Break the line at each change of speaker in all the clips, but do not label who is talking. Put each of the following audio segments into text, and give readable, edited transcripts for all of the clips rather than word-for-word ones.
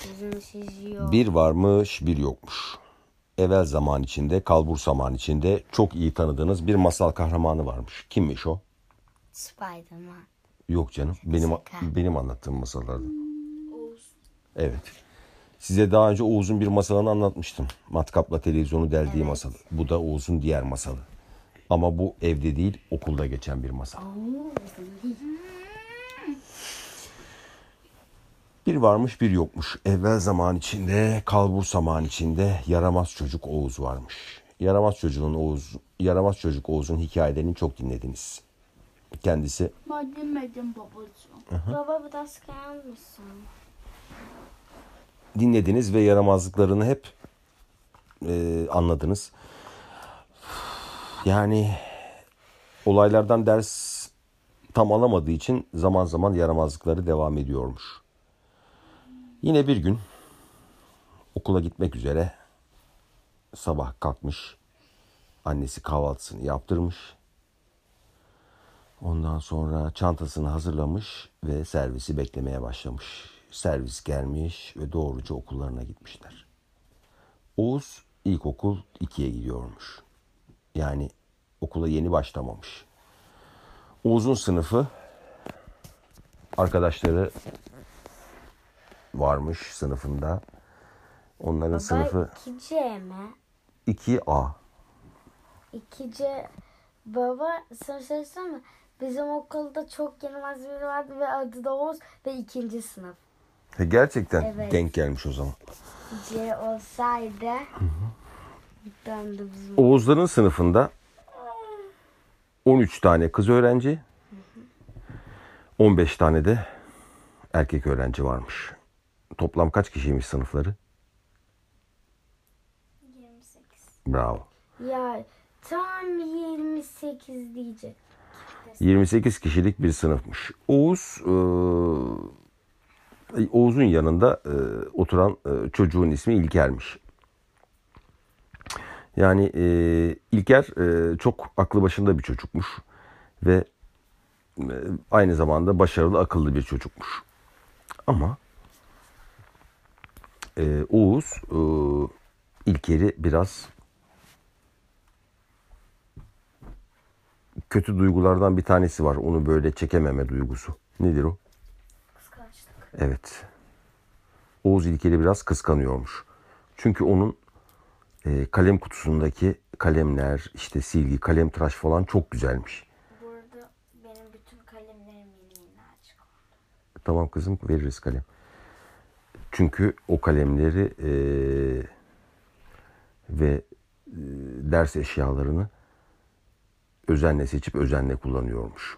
Çiziyor.
Bir varmış bir yokmuş. Evvel zaman içinde, kalbur zaman içinde çok iyi tanıdığınız bir masal kahramanı varmış. Kimmiş o?
Spiderman.
Yok canım. Benim anlattığım masallarda.
Oğuz.
Evet. Size daha önce Oğuz'un bir masalını anlatmıştım. Matkapla televizyonu deldiği
Evet.
masalı. Bu da Oğuz'un diğer masalı. Ama bu evde değil, okulda geçen bir masal. Bir varmış bir yokmuş. Evvel zaman içinde, kalbur zaman içinde yaramaz çocuk Oğuz varmış. Yaramaz çocuk Oğuz'un hikayelerini çok dinlediniz. Kendisi
Ben dinledim babacığım.
Baba biraz kıyar mısın?
dinlediniz ve yaramazlıklarını hep anladınız. Yani olaylardan ders tam alamadığı için zaman zaman yaramazlıkları devam ediyormuş. Yine bir gün okula gitmek üzere sabah kalkmış. Annesi kahvaltısını yaptırmış. Ondan sonra çantasını hazırlamış ve servisi beklemeye başlamış. Servis gelmiş ve doğruca okullarına gitmişler. Oğuz ilkokul 2'ye gidiyormuş. Yani okula yeni başlamamış. Oğuz'un sınıfı arkadaşları varmış sınıfında. Onların sınıfı
2C mi?
2A.
2C. Baba sana söylesene mi? Bizim okulda çok yaramaz biri vardı ve adı da Oğuz ve 2. sınıf.
Gerçekten
Evet.
denk gelmiş o zaman.
C olsaydı bir tane de bizim.
Oğuzların sınıfında 13 tane kız öğrenci, 15 tane de erkek öğrenci varmış. Toplam kaç kişiymiş sınıfları?
28.
Bravo.
Ya tam 28 diyecek.
28 kişilik bir sınıfmış. Oğuz'un yanında oturan çocuğun ismi İlker'miş. Yani İlker çok aklı başında bir çocukmuş ve aynı zamanda başarılı, akıllı bir çocukmuş. Ama Oğuz İlker'i biraz kötü duygulardan bir tanesi var. Onu böyle çekememe duygusu. Nedir o?
Kıskançlık.
Evet. Oğuz İlker'i biraz kıskanıyormuş. Çünkü onun kalem kutusundaki kalemler, işte silgi, kalem tıraş falan çok güzelmiş.
Burada benim bütün kalemlerim yeni açık.
Tamam kızım, veririz kalem. Çünkü o kalemleri ve ders eşyalarını özenle seçip özenle kullanıyormuş.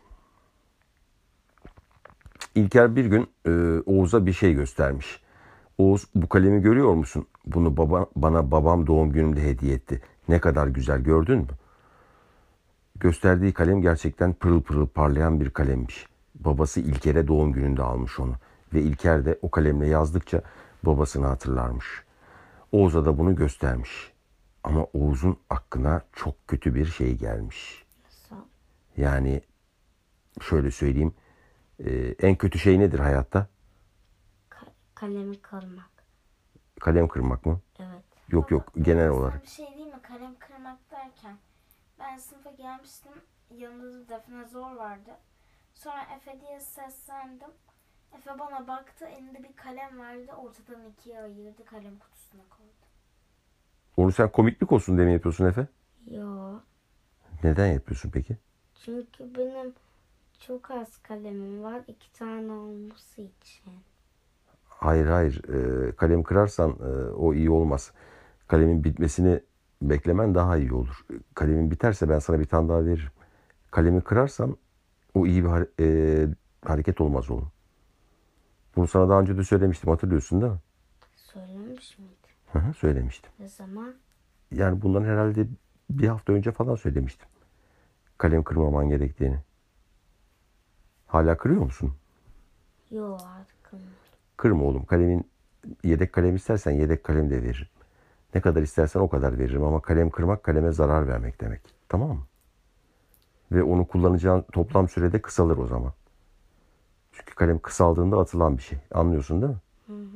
İlker bir gün Oğuz'a bir şey göstermiş. Oğuz, bu kalemi görüyor musun? Bunu bana babam doğum günümde hediye etti. Ne kadar güzel, gördün mü? Gösterdiği kalem gerçekten pırıl pırıl parlayan bir kalemmiş. Babası İlker'e doğum gününde almış onu. Ve İlker de o kalemle yazdıkça babasını hatırlarmış. Oğuz'a da bunu göstermiş. Ama Oğuz'un aklına çok kötü bir şey gelmiş.
Nasıl?
Yani şöyle söyleyeyim. En kötü şey nedir hayatta?
Kalemi kırmak.
Kalem kırmak mı?
Evet.
Yok genel
Sana
olarak.
bir şey diyeyim mi? Kalem kırmak derken ben sınıfa gelmiştim. Yanında da Defne Zor vardı. Sonra Efe diye seslendim. Efe bana baktı. Elinde bir kalem vardı. Ortadan ikiye ayırdı. Kalem kutusuna koydu.
Onu sen komiklik olsun diye mi yapıyorsun Efe?
Yo.
Neden yapıyorsun peki?
Çünkü benim çok az kalemim var. 2 tane olması için.
Hayır. Kalem kırarsan o iyi olmaz. Kalemin bitmesini beklemen daha iyi olur. Kalemin biterse ben sana bir tane daha veririm. Kalemi kırarsan o iyi bir hareket olmaz oğlum. Bunu sana daha önce de söylemiştim, hatırlıyorsun değil mi?
Söylemiş miydim?
Hı, söylemiştim.
Ne zaman?
Yani bundan herhalde bir hafta önce falan söylemiştim. Kalem kırmaman gerektiğini. Hala kırıyor musun?
Yo artık kırmıyorum.
Kırma oğlum. Yedek kalem istersen yedek kalem de veririm. Ne kadar istersen o kadar veririm ama kalem kırmak kaleme zarar vermek demek. Tamam mı? Ve onu kullanacağın toplam sürede kısalır o zaman. Çünkü kalem kısaldığında atılan bir şey. Anlıyorsun değil mi?
Hı hı.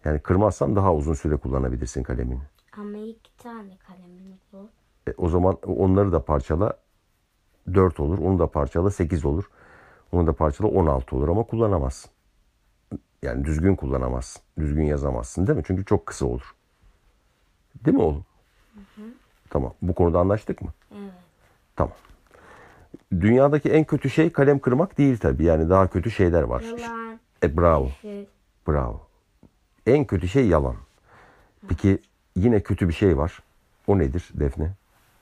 Yani kırmazsan daha uzun süre kullanabilirsin kalemini.
Ama 2 tane kalemimiz var.
O zaman onları da parçala 4 olur. Onu da parçala 8 olur. Onu da parçala 16 olur ama kullanamazsın. Yani düzgün kullanamazsın. Düzgün yazamazsın değil mi? Çünkü çok kısa olur. Değil mi oğlum? Tamam. Bu konuda anlaştık mı?
Evet.
Tamam. Dünyadaki en kötü şey kalem kırmak değil tabii. Yani daha kötü şeyler var.
Yalan.
Bravo.
Şey,
Bravo. En kötü şey yalan. Peki yine kötü bir şey var. O nedir Defne?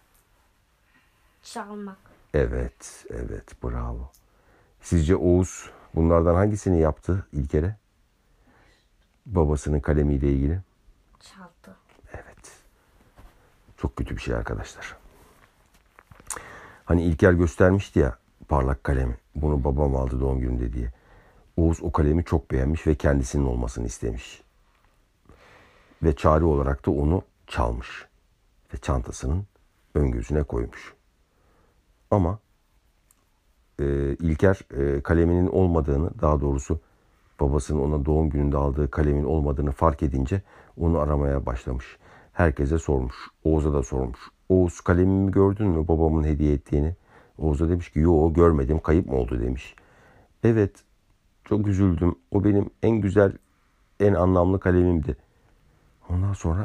çalmak.
Evet, evet, bravo. Sizce Oğuz bunlardan hangisini yaptı İlker'e? Babasının kalemiyle ilgili.
Çaldı.
Evet. Çok kötü bir şey arkadaşlar. Hani İlker göstermişti ya parlak kalemi. Bunu babam aldı doğum günümde diye. Oğuz o kalemi çok beğenmiş ve kendisinin olmasını istemiş. Ve çare olarak da onu çalmış. Ve çantasının ön gözüne koymuş. Ama İlker kaleminin olmadığını, daha doğrusu babasının ona doğum gününde aldığı kalemin olmadığını fark edince onu aramaya başlamış. Herkese sormuş. Oğuz'a da sormuş. Oğuz kalemimi gördün mü babamın hediye ettiğini? Oğuz da demiş ki yo görmedim, kayıp mı oldu demiş. Evet, çok üzüldüm. O benim en güzel, en anlamlı kalemimdi. Ondan sonra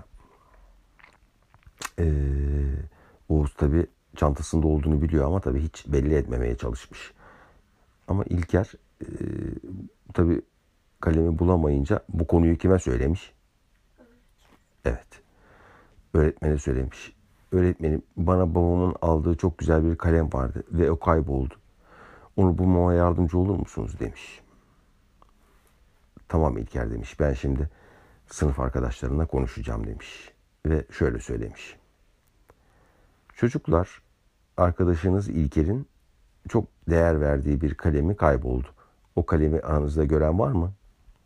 Oğuz tabii çantasında olduğunu biliyor ama tabii hiç belli etmemeye çalışmış. Ama İlker tabii kalemi bulamayınca bu konuyu kime söylemiş? Evet. Öğretmene söylemiş. Öğretmenim bana babamın aldığı çok güzel bir kalem vardı ve o kayboldu. Onu bulmama yardımcı olur musunuz demiş. Tamam İlker demiş. Ben şimdi sınıf arkadaşlarımla konuşacağım demiş. Ve şöyle söylemiş. Çocuklar, arkadaşınız İlker'in çok değer verdiği bir kalemi kayboldu. O kalemi aranızda gören var mı?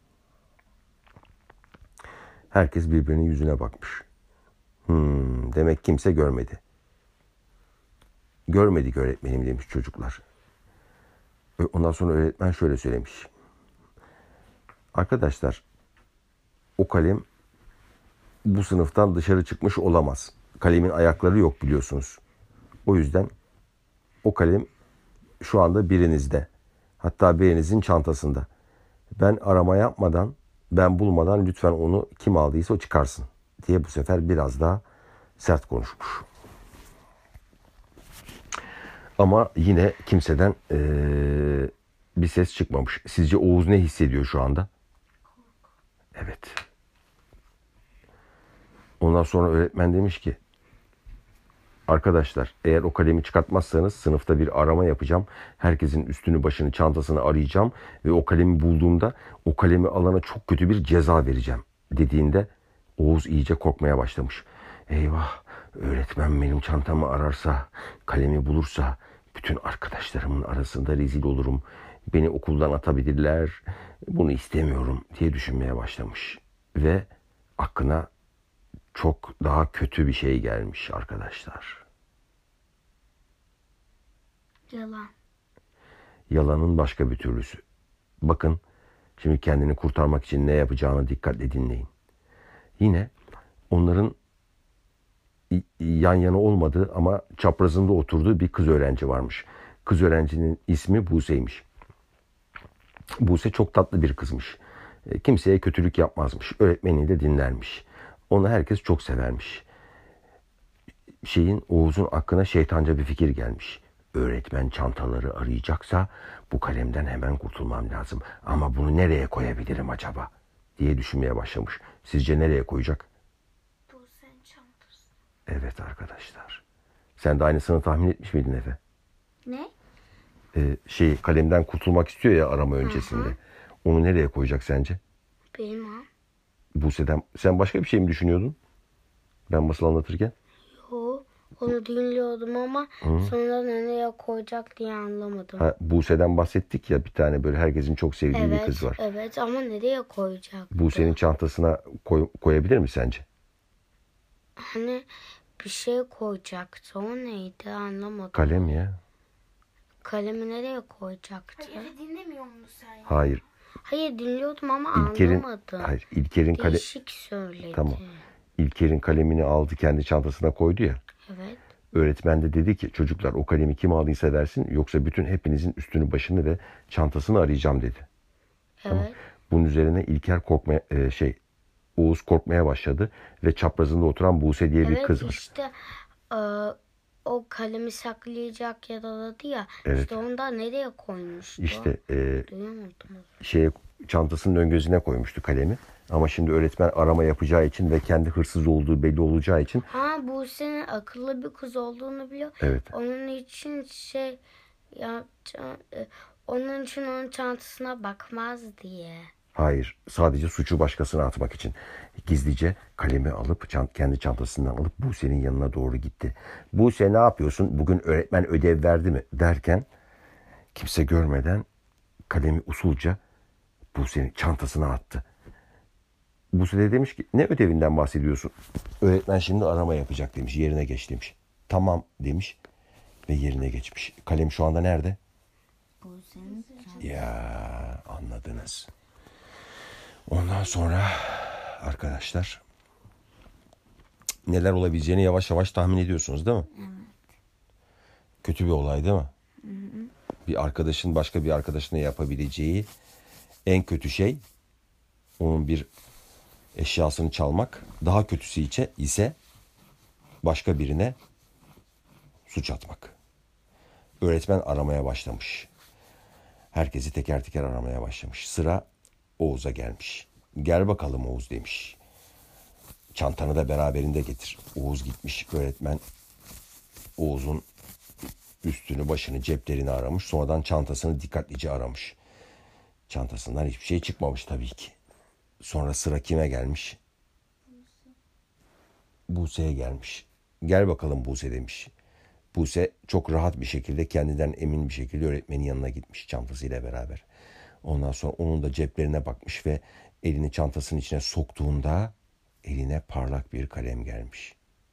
Herkes birbirinin yüzüne bakmış. Demek kimse görmedi. Görmedik öğretmenim demiş çocuklar. Ondan sonra öğretmen şöyle söylemiş. Arkadaşlar, o kalem bu sınıftan dışarı çıkmış olamaz. Kalemin ayakları yok biliyorsunuz. O yüzden o kalem şu anda birinizde. Hatta birinizin çantasında. Ben arama yapmadan, ben bulmadan lütfen onu kim aldıysa o çıkarsın diye bu sefer biraz daha sert konuşmuş. Ama yine kimseden bir ses çıkmamış. Sizce Oğuz ne hissediyor şu anda? Evet. Ondan sonra öğretmen demiş ki arkadaşlar eğer o kalemi çıkartmazsanız sınıfta bir arama yapacağım. Herkesin üstünü başını çantasını arayacağım. Ve o kalemi bulduğumda o kalemi alana çok kötü bir ceza vereceğim dediğinde Oğuz iyice korkmaya başlamış. Eyvah öğretmen benim çantamı ararsa kalemi bulursa bütün arkadaşlarımın arasında rezil olurum. Beni okuldan atabilirler. Bunu istemiyorum diye düşünmeye başlamış. Ve aklına çok daha kötü bir şey gelmiş arkadaşlar.
Yalan.
Yalanın başka bir türlüsü. Bakın şimdi kendini kurtarmak için ne yapacağını dikkatle dinleyin. Yine onların yan yana olmadığı ama çaprazında oturduğu bir kız öğrenci varmış. Kız öğrencinin ismi Buse'ymiş. Buse çok tatlı bir kızmış. Kimseye kötülük yapmazmış. Öğretmenini de dinlermiş. Onu herkes çok severmiş. Oğuz'un aklına şeytanca bir fikir gelmiş. Öğretmen çantaları arayacaksa bu kalemden hemen kurtulmam lazım. Ama bunu nereye koyabilirim acaba diye düşünmeye başlamış. Sizce nereye koyacak?
Bu senin çantası.
Evet arkadaşlar. Sen de aynısını tahmin etmiş miydin Efe?
Ne?
Kalemden kurtulmak istiyor ya arama öncesinde. Onu nereye koyacak sence?
Bilmem.
Buse'den. Sen başka bir şey mi düşünüyordun? Ben masal anlatırken.
Yo, onu dinliyordum ama sonra nereye koyacak diye anlamadım.
Buse'den bahsettik ya bir tane böyle herkesin çok sevdiği bir kız var.
Evet ama nereye koyacak?
Buse'nin çantasına koyabilir mi sence?
Hani bir şey koyacaktı. O neydi anlamadım.
Kalem ya.
Kalemi nereye koyacaktı?
Hayır Efe dinlemiyor musun sen ya?
Hayır.
Hayır dinliyordum ama
İlker'in
anlamadım.
hayır İlker'in
Değişik söyledi.
Tamam. İlker'in kalemini aldı kendi çantasına koydu ya.
Evet.
Öğretmen de dedi ki çocuklar o kalemi kim aldıysa versin yoksa bütün hepinizin üstünü başını ve çantasını arayacağım dedi.
Evet.
Tamam. Bunun üzerine İlker Oğuz korkmaya başladı ve çaprazında oturan Buse diye bir kız var.
işte o kalemi saklayacak ya da dedi ya.
Evet.
İşte onu da nereye koymuştu?
İşte
Duyamadım.
çantasının ön gözüne koymuştu kalemi. Ama şimdi öğretmen arama yapacağı için ve kendi hırsız olduğu belli olacağı için.
Bu senin akıllı bir kız olduğunu biliyor.
Evet.
Onun için onun için onun çantasına bakmaz diye.
Hayır, sadece suçu başkasına atmak için. Gizlice kalemi alıp kendi çantasından alıp Buse'nin yanına doğru gitti. Buse ne yapıyorsun? Bugün öğretmen ödev verdi mi? Derken kimse görmeden kalemi usulca Buse'nin çantasına attı. Buse de demiş ki ne ödevinden bahsediyorsun? Öğretmen şimdi arama yapacak demiş. Yerine geç demiş. Tamam demiş ve yerine geçmiş. Kalem şu anda nerede?
Buse'nin
Ya anladınız. Ondan sonra arkadaşlar neler olabileceğini yavaş yavaş tahmin ediyorsunuz değil mi?
Evet.
Kötü bir olay değil mi?
Hı hı.
Bir arkadaşın başka bir arkadaşına yapabileceği en kötü şey onun bir eşyasını çalmak. Daha kötüsü ise başka birine suç atmak. Öğretmen aramaya başlamış. Herkesi teker teker aramaya başlamış. Sıra Oğuz'a gelmiş. Gel bakalım Oğuz demiş. Çantanı da beraberinde getir. Oğuz gitmiş. Öğretmen Oğuz'un üstünü, başını, ceplerini aramış. Sonradan çantasını dikkatlice aramış. Çantasından hiçbir şey çıkmamış tabii ki. Sonra sıra kime gelmiş? Buse'ye gelmiş. Gel bakalım Buse demiş. Buse çok rahat bir şekilde, kendinden emin bir şekilde öğretmenin yanına gitmiş çantasıyla beraber. Ondan sonra onun da ceplerine bakmış ve elini çantasının içine soktuğunda eline parlak bir kalem gelmiş.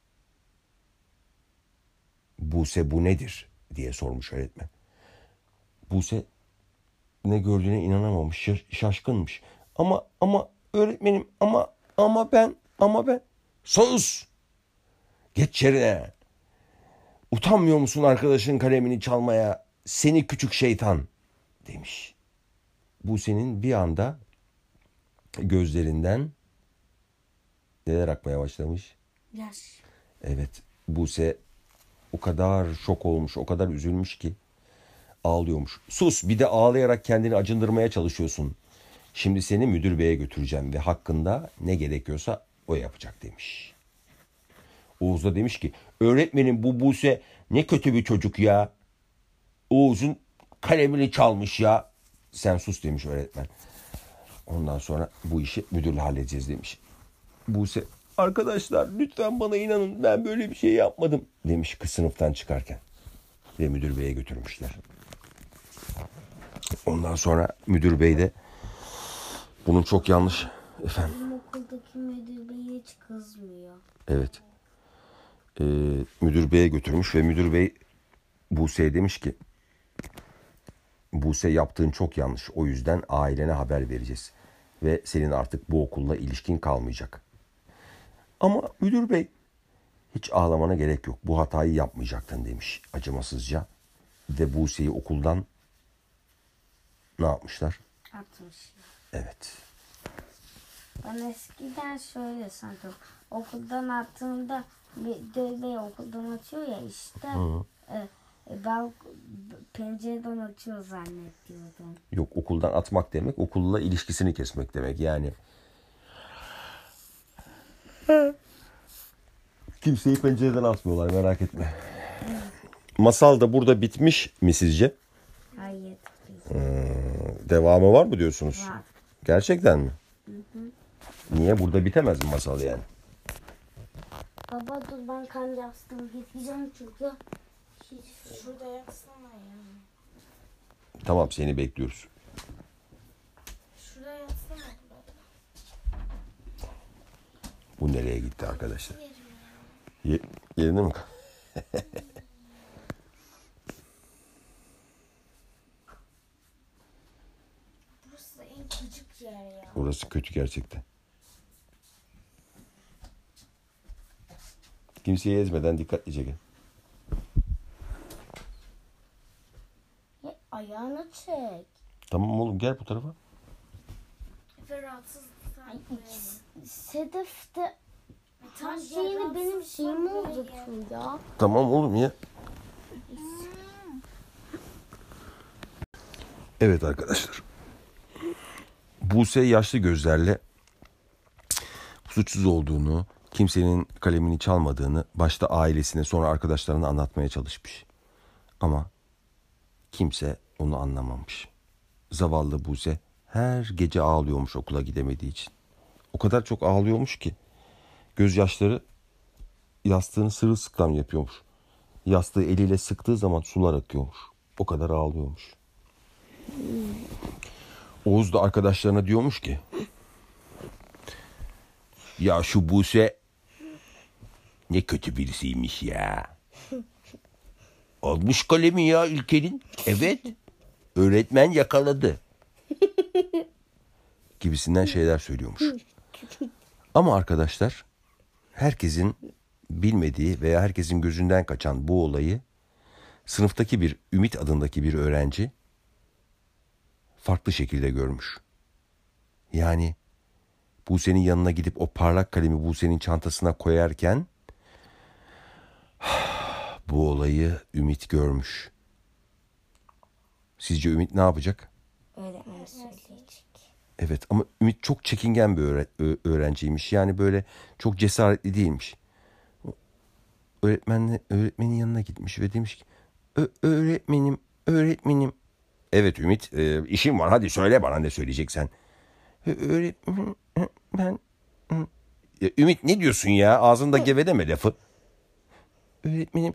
Buse bu nedir diye sormuş öğretmen. Buse ne gördüğüne inanamamış, şaşkınmış. Ama öğretmenim ama ben sus! Geç yerine. Utanmıyor musun arkadaşın kalemini çalmaya? Seni küçük şeytan demiş. Buse'nin bir anda gözlerinden neler akmaya başlamış?
Yaş.
Evet, Buse o kadar şok olmuş, o kadar üzülmüş ki ağlıyormuş. Sus, bir de ağlayarak kendini acındırmaya çalışıyorsun. Şimdi seni müdür beye götüreceğim ve hakkında ne gerekiyorsa o yapacak demiş. Oğuz da demiş ki öğretmenim bu Buse ne kötü bir çocuk ya. Oğuz'un kalemini çalmış ya. Sen sus demiş öğretmen. Ondan sonra bu işi müdürle halledeceğiz demiş. Buse arkadaşlar lütfen bana inanın ben böyle bir şey yapmadım demiş kız sınıftan çıkarken. Ve müdür beye götürmüşler. Ondan sonra müdür bey de bunun çok yanlış efendim.
Bizim okuldaki müdür bey hiç kızmıyor.
Evet. Müdür beye götürmüş ve müdür bey Buse'ye demiş ki Buse yaptığın çok yanlış. O yüzden ailene haber vereceğiz. Ve senin artık bu okulla ilişkin kalmayacak. Ama müdür bey hiç ağlamana gerek yok. Bu hatayı yapmayacaktın demiş acımasızca. Ve Buse'yi okuldan ne yapmışlar?
Atmış.
Evet.
Ben eskiden şöyle sandım. Okuldan attığımda müdür bey okuldan atıyor ya işte. Ben pencereden açıyor zannediyordum.
Yok okuldan atmak demek okulla ilişkisini kesmek demek yani. Kimseyi pencereden atmıyorlar merak etme. Masal da burada bitmiş mi sizce?
Hayır.
Devamı var mı diyorsunuz?
Var.
Gerçekten mi? Niye? Burada bitemez mi masal yani?
Baba dur ben kendi yastığımı getireceğim çünkü.
Şurada yatsana ya.
Tamam seni bekliyoruz.
Şurada yatsana.
Bu nereye gitti arkadaşlar? Yerine mi?
Burası en küçük
Orası kötü gerçekten. Kimseyi ezmeden dikkatlice gel.
Ayağını çek.
Tamam oğlum, gel bu tarafa.
Efe rahatsız.
Sedef de
Tam
her şeyini benim şeyimi uzatıyor ya.
Tamam oğlum ya. Evet arkadaşlar. Buse yaşlı gözlerle suçsuz olduğunu, kimsenin kalemini çalmadığını başta ailesine sonra arkadaşlarına anlatmaya çalışmış. Ama kimse onu anlamamış. Zavallı Buse her gece ağlıyormuş okula gidemediği için. O kadar çok ağlıyormuş ki gözyaşları yastığını sırılsıklam yapıyormuş. Yastığı eliyle sıktığı zaman sular akıyormuş. O kadar ağlıyormuş. Oğuz da arkadaşlarına diyormuş ki, ya şu Buse ne kötü birisiymiş ya. Almış kalemi ya İlker'in. Evet. Öğretmen yakaladı. Gibisinden şeyler söylüyormuş. Ama arkadaşlar, herkesin bilmediği veya herkesin gözünden kaçan bu olayı sınıftaki bir Ümit adındaki bir öğrenci farklı şekilde görmüş. Yani Buse'nin yanına gidip o parlak kalemi Buse'nin çantasına koyarken bu olayı Ümit görmüş. Sizce Ümit ne yapacak?
Öğretmeni söyleyecek.
Evet, ama Ümit çok çekingen bir öğrenciymiş. Yani böyle çok cesaretli değilmiş. Öğretmenin yanına gitmiş ve demiş ki, öğretmenim. Evet Ümit, işim var, hadi söyle bana ne söyleyeceksen. Öğretmenim ben... Ümit ne diyorsun ya? Ağzında geveleme lafı. Öğretmenim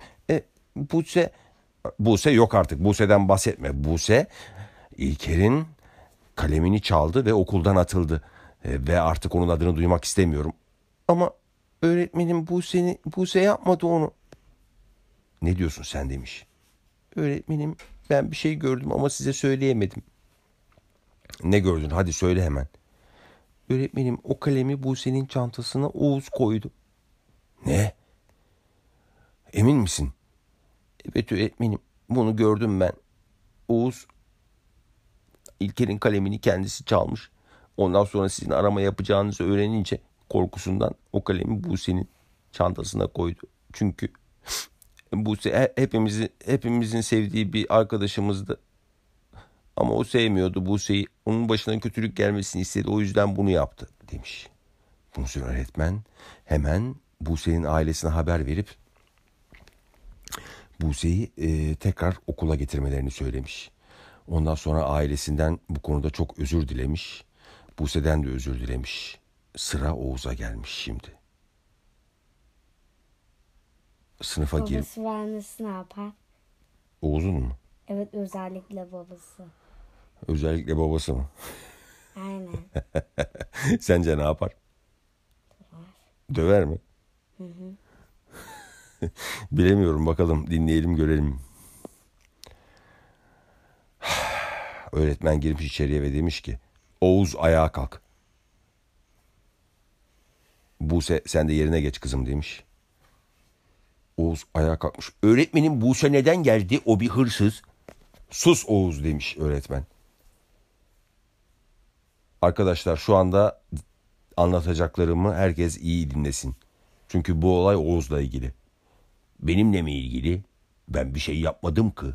Buse yok artık. Buse'den bahsetme. Buse İlker'in kalemini çaldı ve okuldan atıldı. Ve artık onun adını duymak istemiyorum. Ama öğretmenim Buse yapmadı onu. Ne diyorsun sen demiş. Öğretmenim ben bir şey gördüm ama size söyleyemedim. Ne gördün? Hadi söyle hemen. Öğretmenim o kalemi Buse'nin çantasına Oğuz koydu. Ne? Emin misin? Evet öğretmenim. Bunu gördüm ben. Oğuz İlker'in kalemini kendisi çalmış. Ondan sonra sizin arama yapacağınızı öğrenince korkusundan o kalemi Buse'nin çantasına koydu. Çünkü Buse hepimizin sevdiği bir arkadaşımızdı. Ama o sevmiyordu Buse'yi. Onun başına kötülük gelmesini istedi. O yüzden bunu yaptı demiş. Bunu söyleyen öğretmen hemen Buse'nin ailesine haber verip Buse'yi tekrar okula getirmelerini söylemiş. Ondan sonra ailesinden bu konuda çok özür dilemiş. Buse'den de özür dilemiş. Sıra Oğuz'a gelmiş şimdi. Sınıfa girip...
Babası ve annesi ne yapar?
Oğuz'un mu?
Evet, özellikle babası.
Özellikle babası mı?
Aynen.
Sence ne yapar? Döver mi?
Hı hı.
Bilemiyorum, bakalım, dinleyelim görelim. Öğretmen girmiş içeriye ve demiş ki, Oğuz ayağa kalk. Buse sen de yerine geç kızım demiş. Oğuz ayağa kalkmış. Öğretmenim Buse neden geldi? O bir hırsız. Sus Oğuz demiş öğretmen. Arkadaşlar şu anda anlatacaklarımı herkes iyi dinlesin. Çünkü bu olay Oğuz'la ilgili. Benimle mi ilgili? Ben bir şey yapmadım ki.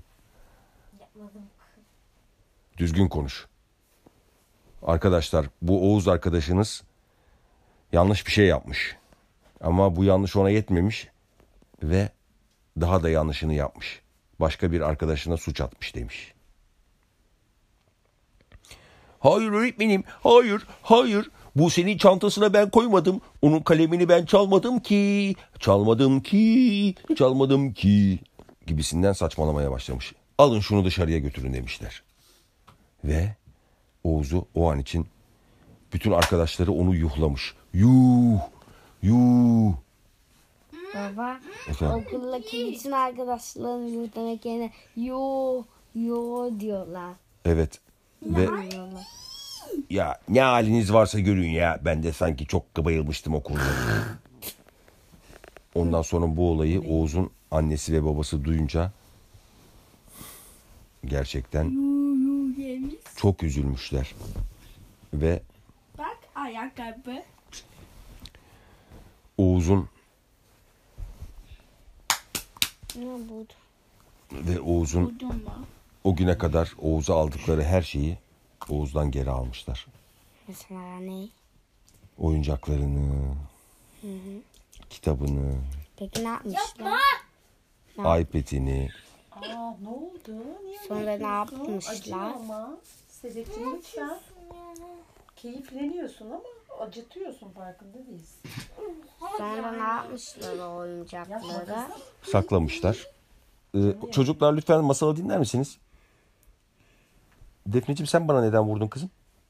Düzgün konuş. Arkadaşlar bu Oğuz arkadaşınız yanlış bir şey yapmış. Ama bu yanlış ona yetmemiş ve daha da yanlışını yapmış. Başka bir arkadaşına suç atmış demiş. Hayır öğretmenim, hayır. Bu senin çantasına ben koymadım. Onun kalemini ben çalmadım ki. Gibisinden saçmalamaya başlamış. Alın şunu dışarıya götürün demişler. Ve Oğuz'u o an için bütün arkadaşları onu yuhlamış. Yuh.
Baba,
Efendim?
okuldaki bütün arkadaşlarını yürütmek yerine yo diyorlar.
Evet. Ve
Diyorlar.
Ya ne haliniz varsa görün ya. Ben de sanki çok bayılmıştım okulda. Ondan sonra bu olayı Oğuz'un annesi ve babası duyunca gerçekten çok üzülmüşler. Ve
Bak ayakkabı.
Oğuz'un
Ne bu?
Buldun mu?
o güne kadar Oğuz'a aldıkları her şeyi Oğuz'dan geri almışlar.
Mesela ne?
Oyuncaklarını, kitabını,
Peki ne yapmışlar?
iPad'ini.
Ne oldu? Niye
Sonra ne
yapıyorsun?
yapmışlar?
Acıyor ama. Sedefciğim lütfen. Keyifleniyorsun ama acıtıyorsun, farkında değilsin.
Sonra ne yapmışlar o
Yapma
oyuncakları?
kızım.
Saklamışlar. Çocuklar lütfen masalı dinler misiniz? Defneciğim sen bana neden vurdun kızım?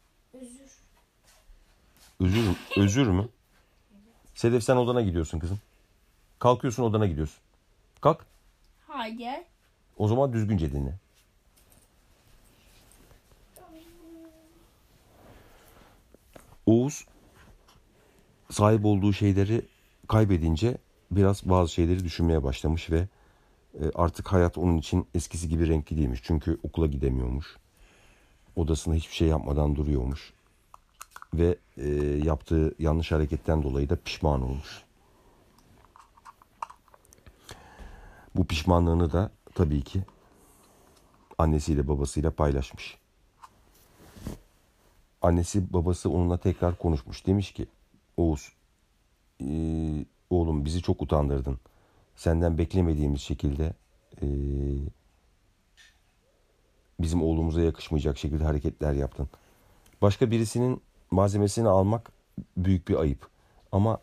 Özür mü? Sedef sen odana gidiyorsun kızım. Kalkıyorsun odana gidiyorsun. Kalk.
Hayır.
O zaman düzgünce dinle. Oğuz sahip olduğu şeyleri kaybedince biraz bazı şeyleri düşünmeye başlamış ve artık hayat onun için eskisi gibi renkli değilmiş. Çünkü okula gidemiyormuş. Odasında hiçbir şey yapmadan duruyormuş. Ve yaptığı yanlış hareketten dolayı da pişman olmuş. Bu pişmanlığını da tabii ki annesiyle babasıyla paylaşmış. Annesi babası onunla tekrar konuşmuş. Demiş ki Oğuz oğlum bizi çok utandırdın. Senden beklemediğimiz şekilde bizim oğlumuza yakışmayacak şekilde hareketler yaptın. Başka birisinin malzemesini almak büyük bir ayıp. Ama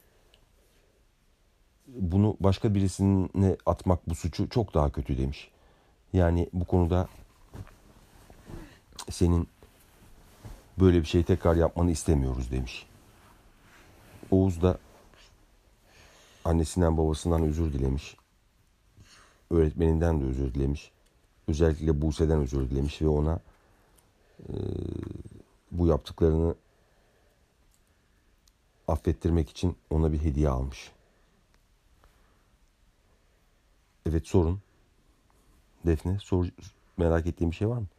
bunu başka birisine atmak bu suçu çok daha kötü demiş. Yani bu konuda senin böyle bir şey tekrar yapmanı istemiyoruz demiş. Oğuz da annesinden babasından özür dilemiş. Öğretmeninden de özür dilemiş. Özellikle Buse'den özür dilemiş ve ona bu yaptıklarını affettirmek için ona bir hediye almış. Evet sorun. Defne merak ettiğin bir şey var mı?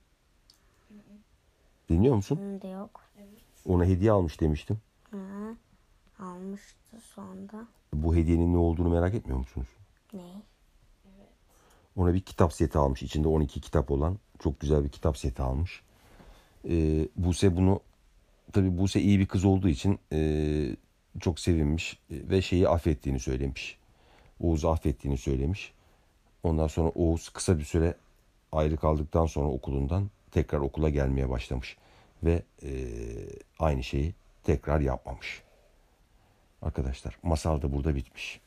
Dinliyor musun?
Benim de yok.
Ona hediye almış demiştim.
Hı. Almıştı sonra.
Bu hediyenin ne olduğunu merak etmiyor musunuz?
Ne?
Ona bir kitap seti almış. İçinde 12 kitap olan çok güzel bir kitap seti almış. Buse bunu tabii Buse iyi bir kız olduğu için çok sevinmiş ve şeyi affettiğini söylemiş. Oğuz'u affettiğini söylemiş. Ondan sonra Oğuz kısa bir süre ayrı kaldıktan sonra okulundan tekrar okula gelmeye başlamış. Ve aynı şeyi tekrar yapmamış. Arkadaşlar masal da burada bitmiş.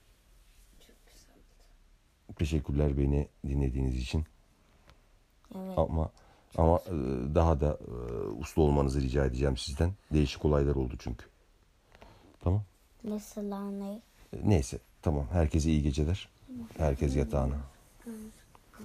Teşekkürler beni dinlediğiniz için.
Evet.
Ama daha da uslu olmanızı rica edeceğim sizden. Değişik olaylar oldu çünkü. Tamam.
Mesela ne?
Neyse tamam. Herkese iyi geceler. Herkes yatağına.
Hı.